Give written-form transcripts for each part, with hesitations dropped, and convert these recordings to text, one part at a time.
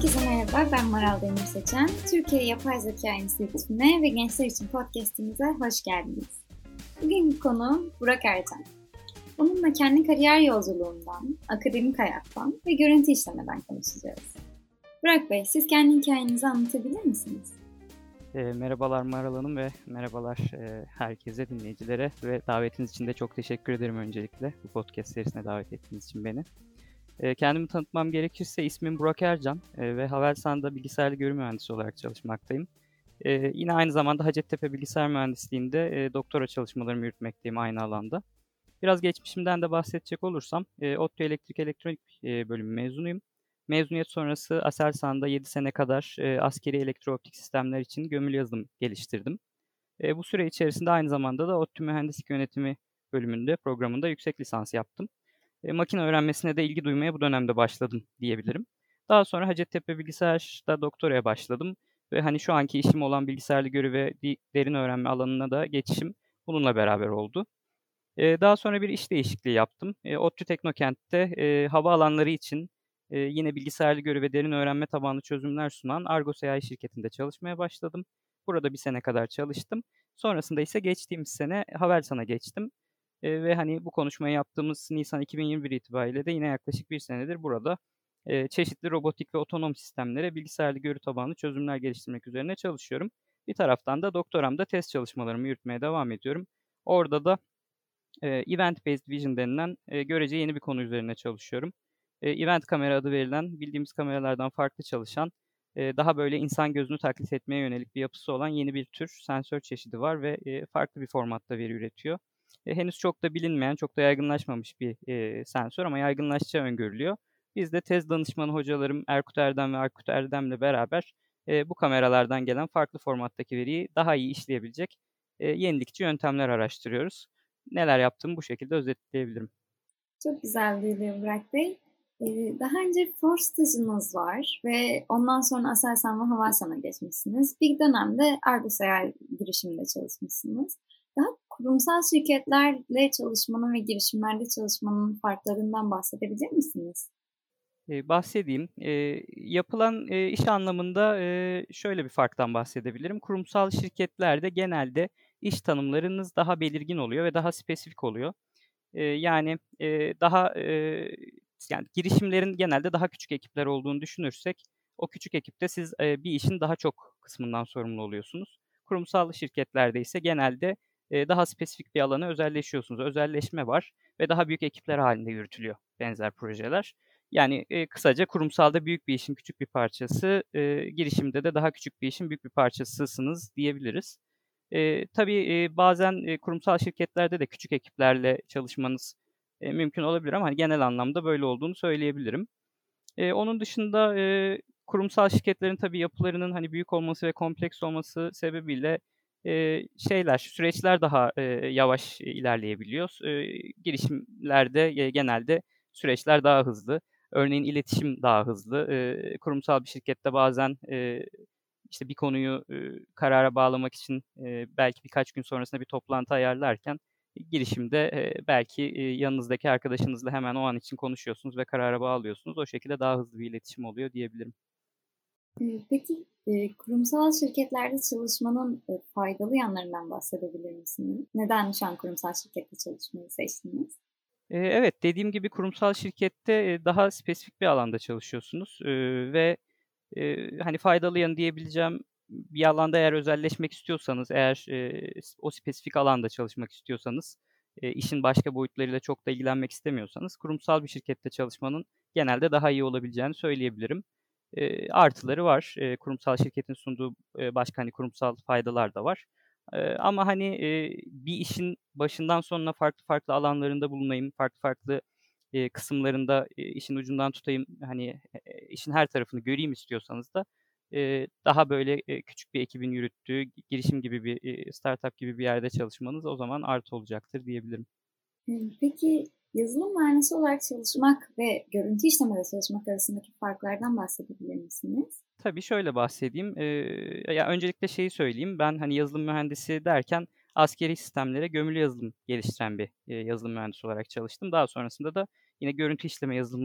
Herkese merhaba, ben Maral Demirseçen. Türkiye Yapay Zeka Enstitüsü'ne ve Gençler için podcastimize hoş geldiniz. Bugünkü konuğum Burak Ercan. Onunla kendi kariyer yolculuğundan, akademik hayattan ve görüntü işlemeden konuşacağız. Burak Bey, siz kendi hikayenizi anlatabilir misiniz? Merhabalar Maral Hanım ve merhabalar herkese, dinleyicilere ve davetiniz için de çok teşekkür ederim öncelikle bu podcast serisine davet ettiğiniz için beni. Kendimi tanıtmam gerekirse ismim Burak Ercan ve Havelsan'da bilgisayarlı görü mühendisi olarak çalışmaktayım. Yine aynı zamanda Hacettepe Bilgisayar Mühendisliği'nde doktora çalışmalarımı yürütmekteyim aynı alanda. Biraz geçmişimden de bahsedecek olursam, ODTÜ Elektrik Elektronik bölümü mezunuyum. Mezuniyet sonrası Aselsan'da 7 sene kadar askeri elektrooptik sistemler için gömülü yazılım geliştirdim. Bu süre içerisinde aynı zamanda da ODTÜ Mühendislik Yönetimi bölümünde, programında yüksek lisans yaptım. Makine öğrenmesine de ilgi duymaya bu dönemde başladım diyebilirim. Daha sonra Hacettepe Bilgisayar'da doktoraya başladım ve hani şu anki işim olan bilgisayarlı görü ve derin öğrenme alanına da geçişim bununla beraber oldu. Daha sonra bir iş değişikliği yaptım. ODTÜ Teknokent'te havaalanları için yine bilgisayarlı görü ve derin öğrenme tabanlı çözümler sunan Argos AI şirketinde çalışmaya başladım. Burada bir sene kadar çalıştım. Sonrasında ise geçtiğimiz sene Havelsan'a geçtim. Ve hani bu konuşmayı yaptığımız Nisan 2021 itibariyle de yine yaklaşık bir senedir burada çeşitli robotik ve otonom sistemlere bilgisayarlı görü tabanlı çözümler geliştirmek üzerine çalışıyorum. Bir taraftan da doktoramda test çalışmalarımı yürütmeye devam ediyorum. Orada da Event Based Vision denilen görece yeni bir konu üzerine çalışıyorum. Event kamera adı verilen bildiğimiz kameralardan farklı çalışan daha böyle insan gözünü taklit etmeye yönelik bir yapısı olan yeni bir tür sensör çeşidi var ve farklı bir formatta veri üretiyor. Henüz çok da bilinmeyen, çok da yaygınlaşmamış bir sensör ama yaygınlaşacağı öngörülüyor. Biz de tez danışmanı hocalarım Erkut Erdem ve Erkut Erdem'le beraber bu kameralardan gelen farklı formattaki veriyi daha iyi işleyebilecek yenilikçi yöntemler araştırıyoruz. Neler yaptığımı bu şekilde özetleyebilirim. Çok güzel duyuluyor Burak Bey. Daha önce Force stajınız var ve ondan sonra Aselsan ve Havelsan'a geçmişsiniz. Bir dönemde Argos AI girişiminde çalışmışsınız. Daha kurumsal şirketlerle çalışmanın ve girişimlerde çalışmanın farklarından bahsedebilir misiniz? Bahsedeyim. Yapılan iş anlamında şöyle bir farktan bahsedebilirim. Kurumsal şirketlerde genelde iş tanımlarınız daha belirgin oluyor ve daha spesifik oluyor. Yani daha yani girişimlerin genelde daha küçük ekipler olduğunu düşünürsek, o küçük ekipte siz bir işin daha çok kısmından sorumlu oluyorsunuz. Kurumsal şirketlerde ise genelde daha spesifik bir alana özelleşiyorsunuz. Özelleşme var ve daha büyük ekipler halinde yürütülüyor benzer projeler. Yani kısaca kurumsalda büyük bir işin küçük bir parçası, girişimde de daha küçük bir işin büyük bir parçasısınız diyebiliriz. Tabii bazen kurumsal şirketlerde de küçük ekiplerle çalışmanız mümkün olabilir ama hani genel anlamda böyle olduğunu söyleyebilirim. Onun dışında kurumsal şirketlerin tabii yapılarının hani büyük olması ve kompleks olması sebebiyle süreçler daha yavaş ilerleyebiliyor. Girişimlerde genelde süreçler daha hızlı. Örneğin iletişim daha hızlı. Kurumsal bir şirkette bazen işte bir konuyu karara bağlamak için belki birkaç gün sonrasında bir toplantı ayarlarken girişimde belki yanınızdaki arkadaşınızla hemen o an için konuşuyorsunuz ve karara bağlıyorsunuz. O şekilde daha hızlı bir iletişim oluyor diyebilirim. Peki, kurumsal şirketlerde çalışmanın, faydalı yanlarından bahsedebilir misiniz? Neden şu an kurumsal şirkette çalışmayı seçtiniz? Evet, dediğim gibi kurumsal şirkette daha spesifik bir alanda çalışıyorsunuz ve hani faydalı yanı diyebileceğim bir alanda eğer özelleşmek istiyorsanız, eğer o spesifik alanda çalışmak istiyorsanız, işin başka boyutlarıyla çok da ilgilenmek istemiyorsanız kurumsal bir şirkette çalışmanın genelde daha iyi olabileceğini söyleyebilirim. Artıları var. Kurumsal şirketin sunduğu başka hani kurumsal faydalar da var. Ama hani bir işin başından sonuna farklı farklı alanlarında bulunayım, farklı farklı kısımlarında işin ucundan tutayım, hani işin her tarafını göreyim istiyorsanız da daha böyle küçük bir ekibin yürüttüğü girişim gibi bir startup gibi bir yerde çalışmanız o zaman artı olacaktır diyebilirim. Peki, yazılım mühendisi olarak çalışmak ve görüntü işlemede çalışmak arasındaki farklardan bahsedebilir misiniz? Tabii, şöyle bahsedeyim. Ya, öncelikle şeyi söyleyeyim, ben, hani, yazılım mühendisi derken askeri sistemlere gömülü yazılım geliştiren bir yazılım mühendisi olarak çalıştım. Daha sonrasında da yine görüntü işleme yazılımları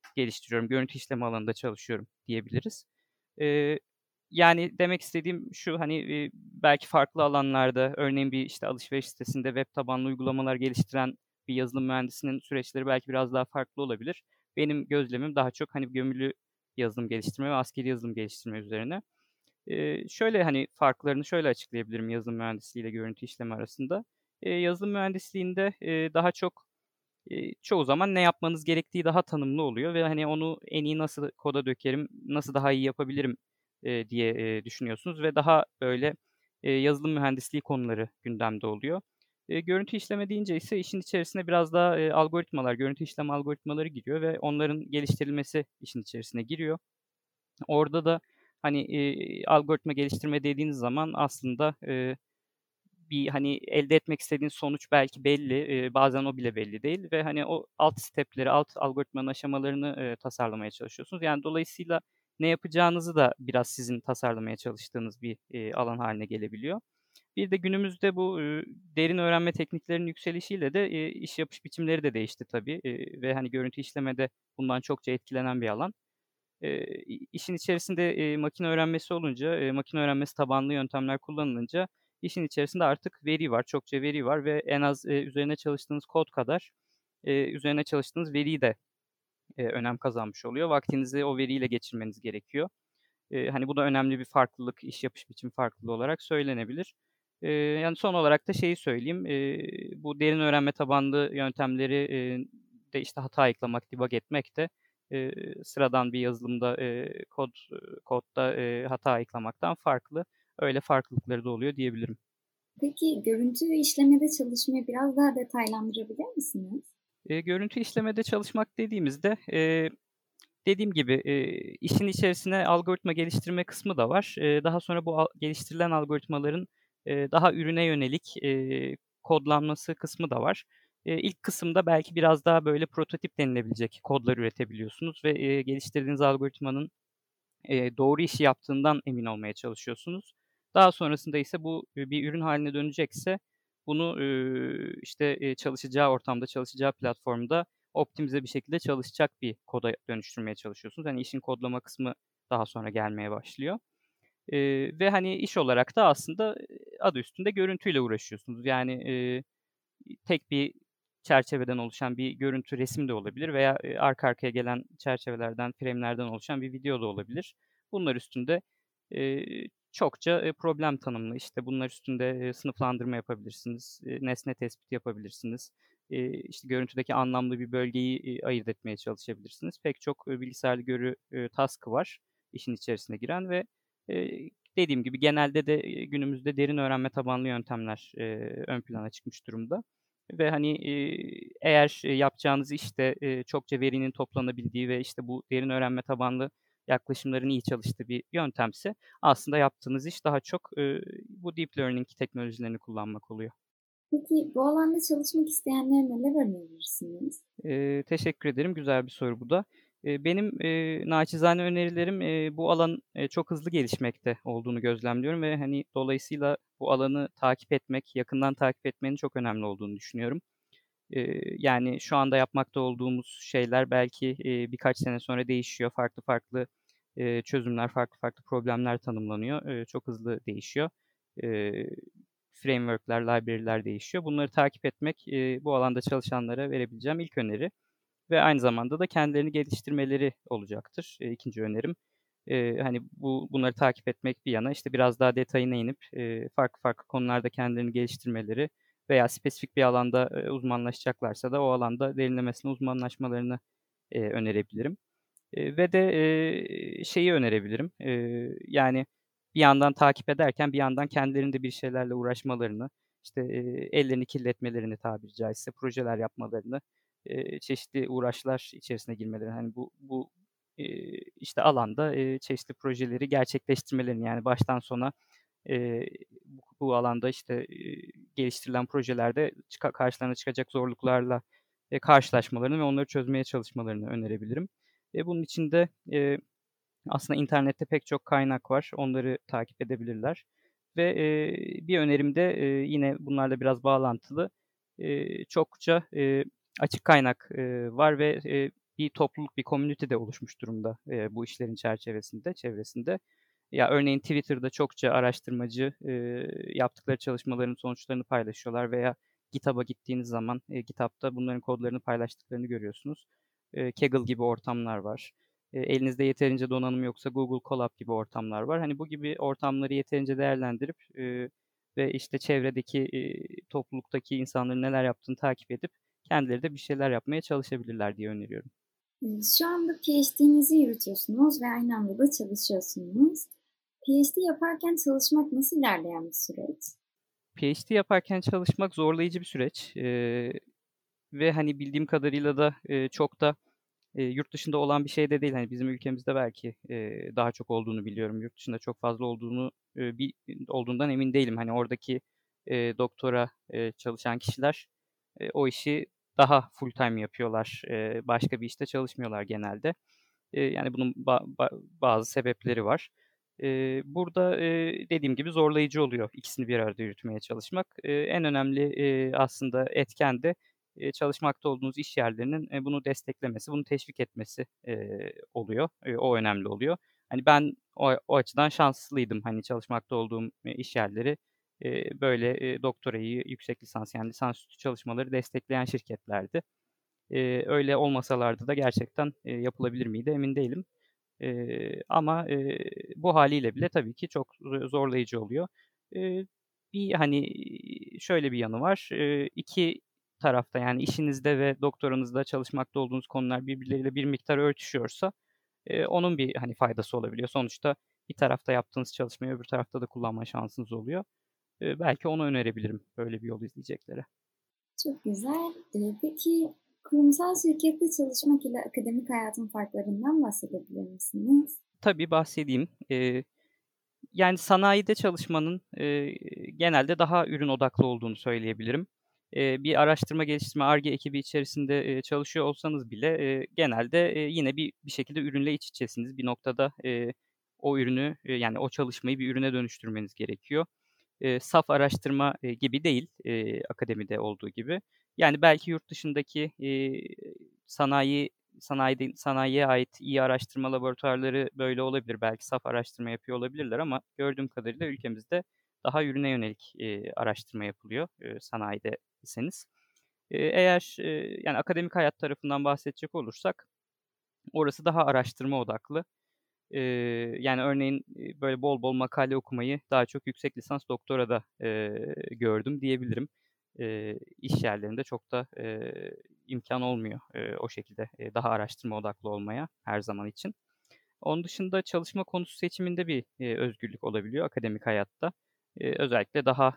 geliştiriyorum. Görüntü işleme alanında çalışıyorum diyebiliriz. Eee, Yani demek istediğim şu, hani, belki farklı alanlarda örneğin bir, işte, alışveriş sitesinde web tabanlı uygulamalar geliştiren bir yazılım mühendisinin süreçleri belki biraz daha farklı olabilir. Benim gözlemim daha çok, hani, gömülü yazılım geliştirme ve askeri yazılım geliştirme üzerine. Şöyle, hani, farklarını şöyle açıklayabilirim yazılım mühendisliği ile görüntü işleme arasında. Yazılım mühendisliğinde, daha çok, çoğu zaman ne yapmanız gerektiği daha tanımlı oluyor ve, hani, onu en iyi nasıl koda dökerim, nasıl daha iyi yapabilirim, diye, düşünüyorsunuz ve daha böyle, yazılım mühendisliği konuları gündemde oluyor. Görüntü işleme deyince ise işin içerisine biraz daha, algoritmalar, görüntü işleme algoritmaları giriyor ve onların geliştirilmesi işin içerisine giriyor. Orada da, hani, algoritma geliştirme dediğiniz zaman aslında, bir, hani, elde etmek istediğiniz sonuç belki belli, bazen o bile belli değil ve, hani, o alt step'leri, alt algoritmanın aşamalarını, tasarlamaya çalışıyorsunuz. Yani, dolayısıyla ne yapacağınızı da biraz sizin tasarlamaya çalıştığınız bir, alan hâline gelebiliyor. Bir de günümüzde bu, derin öğrenme tekniklerinin yükselişiyle de, iş yapış biçimleri de değişti tabii, ve, hani, görüntü işleme de bundan çokça etkilenen bir alan. İşin içerisinde, makine öğrenmesi olunca, makine öğrenmesi tabanlı yöntemler kullanılınca işin içerisinde artık veri var, çokça veri var ve en az, üzerine çalıştığınız kod kadar, üzerine çalıştığınız veri de, önem kazanmış oluyor. Vaktinizi o veriyle geçirmeniz gerekiyor. Hani, bu da önemli bir farklılık, iş yapış biçimi farklılığı olarak söylenebilir. Yani, son olarak da şeyi söyleyeyim, bu derin öğrenme tabanlı yöntemleri, de, işte, hata ayıklamak, debug etmek de, sıradan bir yazılımda, kodda, hata ayıklamaktan farklı. Öyle farklılıkları da oluyor diyebilirim. Peki görüntü işlemede çalışmayı biraz daha detaylandırabilir misiniz? Görüntü işlemede çalışmak dediğimizde, dediğim gibi, işin içerisine algoritma geliştirme kısmı da var. Daha sonra bu geliştirilen algoritmaların, daha ürüne yönelik, kodlanması kısmı da var. İlk kısımda belki biraz daha böyle prototip denilebilecek kodlar üretebiliyorsunuz ve, geliştirdiğiniz algoritmanın doğru işi yaptığından emin olmaya çalışıyorsunuz. Daha sonrasında ise bu, bir ürün hâline dönecekse bunu, işte, çalışacağı ortamda, çalışacağı platformda optimize bir şekilde çalışacak bir koda dönüştürmeye çalışıyorsunuz. Hani, işin kodlama kısmı daha sonra gelmeye başlıyor. Ve, hani, iş olarak da aslında, adı üstünde görüntüyle uğraşıyorsunuz. Yani, tek bir çerçeveden oluşan bir görüntü, resim de olabilir veya, arka arkaya gelen çerçevelerden, frame'lerden oluşan bir video da olabilir. Bunlar üstünde, çokça, problem tanımlı, işte, bunlar üstünde, sınıflandırma yapabilirsiniz, nesne tespiti yapabilirsiniz. İşte, görüntüdeki anlamlı bir bölgeyi, ayırt etmeye çalışabilirsiniz. Pek çok, bilgisayarlı görü, task'ı var işin içerisine giren ve, dediğim gibi genelde de, günümüzde derin öğrenme tabanlı yöntemler, ön plana çıkmış durumda. Ve, hani, eğer, yapacağınız işte, çokça verinin toplanabildiği ve, işte, bu derin öğrenme tabanlı yaklaşımların iyi çalıştığı bir yöntemse aslında yaptığınız iş daha çok, bu deep learning teknolojilerini kullanmak oluyor. Peki bu alanda çalışmak isteyenlere neler önerirsiniz? Teşekkür ederim. Güzel bir soru bu da. Benim, naçizane önerilerim, bu alan, çok hızlı gelişmekte olduğunu gözlemliyorum ve, hani, dolayısıyla bu alanı takip etmek, yakından takip etmenin çok önemli olduğunu düşünüyorum. Yani, şu anda yapmakta olduğumuz şeyler belki, birkaç sene sonra değişiyor. Farklı farklı, çözümler, farklı farklı problemler tanımlanıyor. Çok hızlı değişiyor. Eee, Framework'ler, library'ler değişiyor. Bunları takip etmek, bu alanda çalışanlara verebileceğim ilk öneri ve aynı zamanda da kendilerini geliştirmeleri olacaktır, 2'nci önerim. Hani, bunları takip etmek bir yana, işte, biraz daha detayına inip, farklı farklı konularda kendilerini geliştirmeleri veya spesifik bir alanda, uzmanlaşacaklarsa da o alanda derinlemesine uzmanlaşmalarını, önerebilirim. Ve de, şeyi önerebilirim, yani, bir yandan takip ederken bir yandan kendilerinin de bir şeylerle uğraşmalarını, işte, ellerini kirletmelerini tabiri caizse, projeler yapmalarını, çeşitli uğraşlar içerisine girmelerini, hani, işte, alanda, çeşitli projeleri gerçekleştirmelerini, yani, baştan sona, bu alanda, işte, geliştirilen projelerde karşılarına çıkacak zorluklarla, karşılaşmalarını ve onları çözmeye çalışmalarını önerebilirim. Bunun için de, aslında internette pek çok kaynak var. Onları takip edebilirler ve, bir önerim de, yine bunlarla biraz bağlantılı. Çokça, açık kaynak, var ve, bir topluluk, bir community de oluşmuş durumda bu işlerin çevresinde. Ya örneğin Twitter'da çokça araştırmacı yaptıkları çalışmaların sonuçlarını paylaşıyorlar veya GitHub'a gittiğiniz zaman GitHub'da bunların kodlarını paylaştıklarını görüyorsunuz. Kaggle gibi ortamlar var. Elinizde yeterince donanım yoksa Google Colab gibi ortamlar var. Hani bu gibi ortamları yeterince değerlendirip ve işte çevredeki topluluktaki insanların neler yaptığını takip edip kendileri de bir şeyler yapmaya çalışabilirler diye öneriyorum. Şu anda PhD'nizi yürütüyorsunuz ve aynı anda da çalışıyorsunuz. PhD yaparken çalışmak nasıl ilerleyen bir süreç? PhD yaparken çalışmak zorlayıcı bir süreç. Ve hani bildiğim kadarıyla da çok da yurt dışında olan bir şey de değil. Hani bizim ülkemizde belki daha çok olduğunu biliyorum. Yurt dışında çok fazla olduğundan emin değilim. Hani oradaki doktora çalışan kişiler o işi daha full time yapıyorlar. Başka bir işte çalışmıyorlar genelde. Yani bunun bazı sebepleri var. Burada dediğim gibi zorlayıcı oluyor ikisini bir arada yürütmeye çalışmak. En önemli aslında etken de çalışmakta olduğunuz iş yerlerinin bunu desteklemesi, bunu teşvik etmesi oluyor. O önemli oluyor. Hani ben o açıdan şanslıydım. Hani çalışmakta olduğum iş yerleri böyle doktorayı, yüksek lisans yani lisansüstü çalışmaları destekleyen şirketlerdi. Öyle olmasalardı da gerçekten yapılabilir miydi emin değilim. Ama bu hâliyle bile tabii ki çok zorlayıcı oluyor. Eee, hani, şöyle bir yanı var. 2 tarafta yani işinizde ve doktoranızda çalışmakta olduğunuz konular birbirleriyle bir miktar örtüşüyorsa, onun bir, hani, faydası olabiliyor. Sonuçta bir tarafta yaptığınız çalışmayı öbür tarafta da kullanma şansınız oluyor. Belki onu önerebilirim böyle bir yol izleyeceklere. Çok güzel. Peki kurumsal şirkette çalışmak ile akademik hayatın farklarından bahsedebilir misiniz? Tabii bahsedeyim. Yani sanayide çalışmanın genelde daha ürün odaklı olduğunu söyleyebilirim. Bir araştırma geliştirme Ar-Ge ekibi içerisinde çalışıyor olsanız bile genelde yine bir şekilde ürünle iç içesiniz. Bir noktada o ürünü yani o çalışmayı bir ürüne dönüştürmeniz gerekiyor. Saf araştırma gibi değil akademide olduğu gibi. Yani belki yurt dışındaki sanayiye ait iyi araştırma laboratuvarları böyle olabilir. Belki saf araştırma yapıyor olabilirler ama gördüğüm kadarıyla ülkemizde daha ürüne yönelik araştırma yapılıyor sanayideyseniz. Eğer yani akademik hayat tarafından bahsedecek olursak orası daha araştırma odaklı. Yani örneğin böyle bol bol makale okumayı daha çok yüksek lisans doktorada gördüm diyebilirim. İş yerlerinde çok da imkân olmuyor o şekilde daha araştırma odaklı olmaya her zaman için. Onun dışında çalışma konusu seçiminde bir özgürlük olabiliyor akademik hayatta. Özellikle daha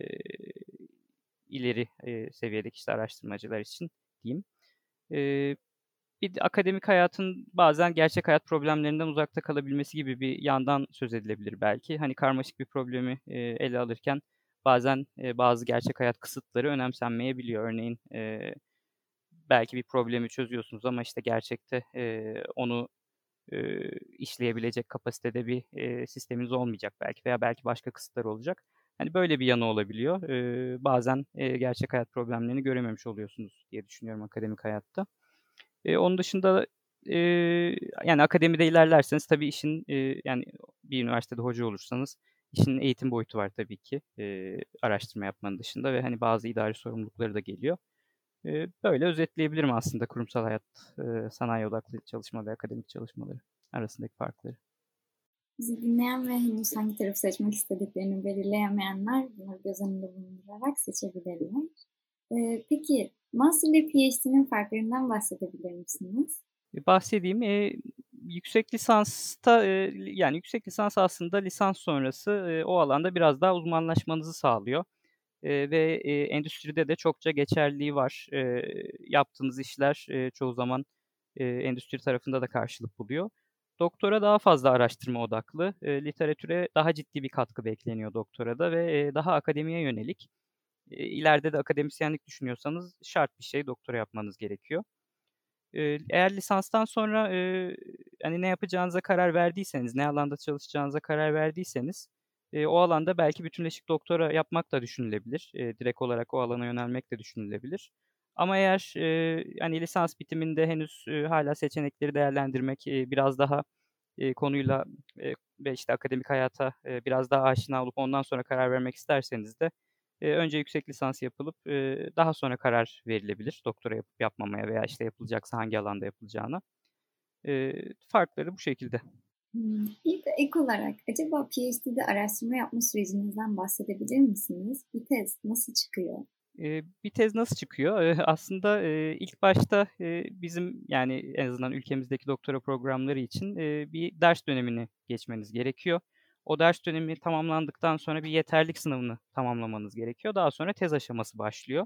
ileri seviyedeki işte araştırmacılar için diyeyim. Eee, Bir de akademik hayatın bazen gerçek hayat problemlerinden uzakta kalabilmesi gibi bir yandan söz edilebilir belki. Hani karmaşık bir problemi ele alırken bazen bazı gerçek hayat kısıtları önemsenmeyebiliyor. Örneğin belki bir problemi çözüyorsunuz ama işte gerçekte onu işleyebilecek kapasitede bir sisteminiz olmayacak belki veya belki başka kısıtlar olacak. Hani böyle bir yanı olabiliyor. Bazen gerçek hayat problemlerini görememiş oluyorsunuz diye düşünüyorum akademik hayatta. Onun dışında yani akademide ilerlerseniz tabii işin yani bir üniversitede hoca olursanız işin eğitim boyutu var tabii ki araştırma yapmanın dışında ve hani bazı idari sorumlulukları da geliyor. Böyle özetleyebilirim aslında kurumsal hayat, sanayi odaklı çalışma ve akademik çalışmaları arasındaki farkları. Bizi dinleyen ve henüz hangi tarafı seçmek istediklerini belirleyemeyenler bunları göz önünde bulundurarak seçebilirler. Peki Master ile PhD'nin farklarından bahsedebilir misiniz? Bahsedeyim. Yüksek lisansta, yani yüksek lisans aslında lisans sonrası o alanda biraz daha uzmanlaşmanızı sağlıyor. Ve endüstride de çokça geçerliliği var. Yaptığınız işler çoğu zaman endüstri tarafında da karşılık buluyor. Doktora daha fazla araştırma odaklı, literatüre daha ciddi bir katkı bekleniyor doktorada ve daha akademiye yönelik. İleride de akademisyenlik düşünüyorsanız şart bir şey doktora yapmanız gerekiyor. Eğer lisanstan sonra hani ne yapacağınıza karar verdiyseniz, ne alanda çalışacağınıza karar verdiyseniz o alanda belki bütünleşik doktora yapmak da düşünülebilir. Direkt olarak o alana yönelmek de düşünülebilir. Ama eğer hani lisans bitiminde henüz hala seçenekleri değerlendirmek, biraz daha konuyla ve işte akademik hayata biraz daha aşina olup ondan sonra karar vermek isterseniz de önce yüksek lisans yapılıp daha sonra karar verilebilir doktora yapıp yapmamaya veya işte yapılacaksa hangi alanda yapılacağına. Farkları bu şekilde. Bir de ek olarak acaba PhD'de araştırma yapma sürecinizden bahsedebilir misiniz? Bir tez nasıl çıkıyor? Bir tez nasıl çıkıyor? Aslında ilk başta bizim yani en azından ülkemizdeki doktora programları için bir ders dönemini geçmeniz gerekiyor. O ders dönemi tamamlandıktan sonra bir yeterlilik sınavını tamamlamanız gerekiyor. Daha sonra tez aşaması başlıyor.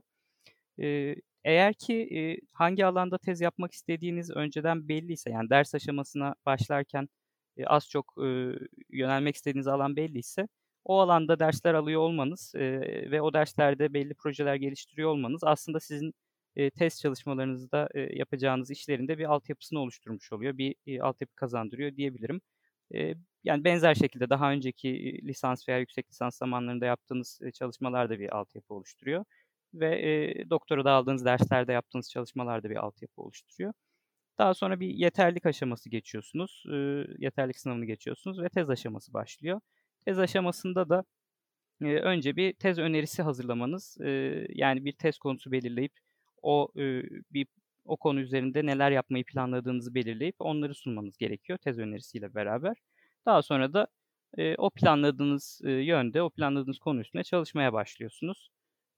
Eğer ki hangi alanda tez yapmak istediğiniz önceden belliyse, yani ders aşamasına başlarken az çok yönelmek istediğiniz alan belliyse, o alanda dersler alıyor olmanız ve o derslerde belli projeler geliştiriyor olmanız aslında sizin tez çalışmalarınızda yapacağınız işlerin de bir altyapısını oluşturmuş oluyor. Bir altyapı kazandırıyor diyebilirim. Yani benzer şekilde daha önceki lisans veya yüksek lisans zamanlarında yaptığınız çalışmalar da bir altyapı oluşturuyor ve doktorada aldığınız derslerde yaptığınız çalışmalar da bir altyapı oluşturuyor. Daha sonra bir yeterlilik aşaması geçiyorsunuz, yeterlilik sınavını geçiyorsunuz ve tez aşaması başlıyor. Tez aşamasında da önce bir tez önerisi hazırlamanız, yani bir tez konusu belirleyip o, bir o konu üzerinde neler yapmayı planladığınızı belirleyip onları sunmanız gerekiyor tez önerisiyle beraber. Daha sonra da o planladığınız yönde, o planladığınız konu üstüne çalışmaya başlıyorsunuz.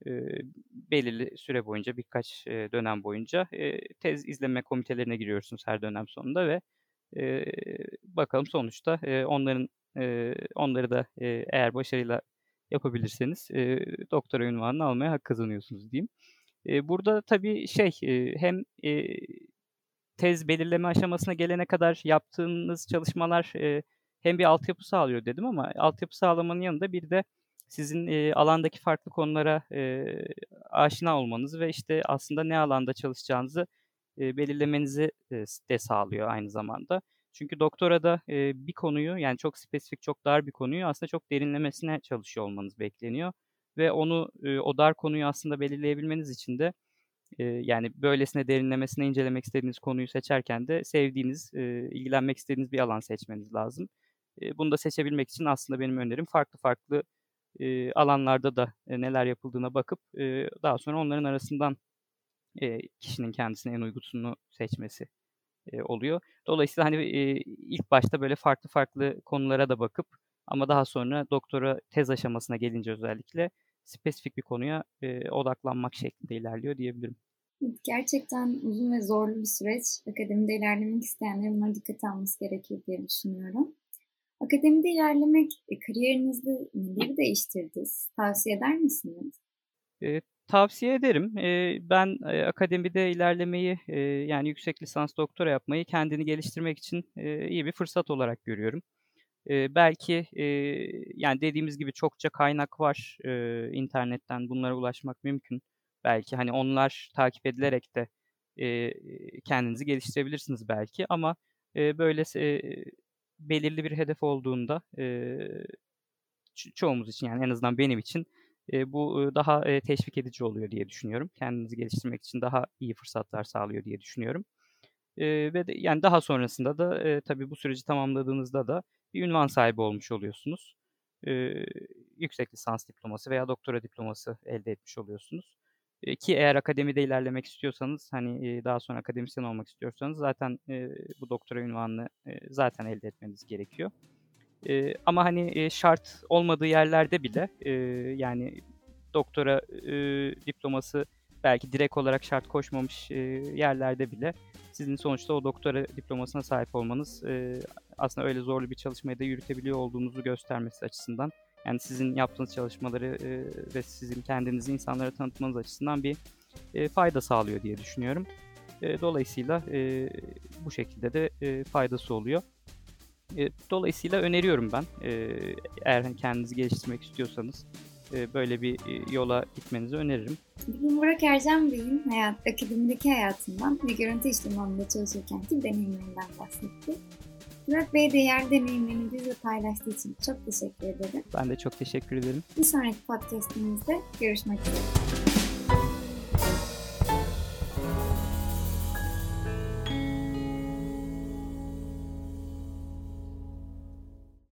Belirli süre boyunca, birkaç dönem boyunca tez izleme komitelerine giriyorsunuz her dönem sonunda ve bakalım sonuçta onları da eğer başarıyla yapabilirseniz doktora unvanını almaya hak kazanıyorsunuz diyeyim. Burada tabii hem tez belirleme aşamasına gelene kadar yaptığınız çalışmalar hem bir altyapı sağlıyor dedim ama altyapı sağlamanın yanında bir de sizin alandaki farklı konulara aşina olmanız ve işte aslında ne alanda çalışacağınızı belirlemenizi de sağlıyor aynı zamanda. Çünkü doktorada bir konuyu, yani çok spesifik, çok dar bir konuyu aslında çok derinlemesine çalışıyor olmanız bekleniyor ve onu o dar konuyu aslında belirleyebilmeniz için de yani böylesine derinlemesine incelemek istediğiniz konuyu seçerken de sevdiğiniz, ilgilenmek istediğiniz bir alan seçmeniz lazım. Bunu da seçebilmek için aslında benim önerim farklı farklı alanlarda da neler yapıldığına bakıp daha sonra onların arasından kişinin kendisine en uygununu seçmesi oluyor. Dolayısıyla hani ilk başta böyle farklı farklı konulara da bakıp ama daha sonra doktora tez aşamasına gelince özellikle spesifik bir konuya odaklanmak şeklinde ilerliyor diyebilirim. Gerçekten uzun ve zorlu bir süreç. Akademide ilerlemek isteyenlerin bunlara dikkate alması gerekir diye düşünüyorum. Akademide ilerlemek kariyerinizde neleri değiştirdi? Tavsiye eder misiniz? Tavsiye ederim. Ben akademide ilerlemeyi, yani yüksek lisans doktora yapmayı kendini geliştirmek için iyi bir fırsat olarak görüyorum. Belki yani dediğimiz gibi çokça kaynak var. İnternetten bunlara ulaşmak mümkün. Belki hani onlar takip edilerek de eee, kendinizi geliştirebilirsiniz belki ama böyle belirli bir hedef olduğunda çoğumuz için, yani en azından benim için bu daha teşvik edici oluyor diye düşünüyorum. Kendinizi geliştirmek için daha iyi fırsatlar sağlıyor diye düşünüyorum. Ve de yani daha sonrasında da tabii bu süreci tamamladığınızda da bir ünvan sahibi olmuş oluyorsunuz. Yüksek lisans diploması veya doktora diploması elde etmiş oluyorsunuz. Ki eğer akademide ilerlemek istiyorsanız, hani, daha sonra akademisyen olmak istiyorsanız zaten bu doktora unvanını zaten elde etmeniz gerekiyor. Ama hani şart olmadığı yerlerde bile yani doktora diploması belki direkt olarak şart koşmamış yerlerde bile sizin sonuçta o doktora diplomasına sahip olmanız aslında öyle zorlu bir çalışmayı da yürütebiliyor olduğunuzu göstermesi açısından, yani sizin yaptığınız çalışmaları ve sizin kendinizi insanlara tanıtmanız açısından bir fayda sağlıyor diye düşünüyorum. Dolayısıyla bu şekilde de faydası oluyor. Dolayısıyla öneriyorum ben. Eğer hani kendinizi geliştirmek istiyorsanız böyle bir yola gitmenizi öneririm. Bugün Burak Ercan Bey'in akademideki hayatından ve görüntü işlemi alanında çalışırkenki deneyimlerinden bahsetti. Burak Bey değerli deneyimlerini bizle paylaştığı için çok teşekkür ederim. Ben de çok teşekkür ederim. Bir sonraki podcastimizde görüşmek üzere.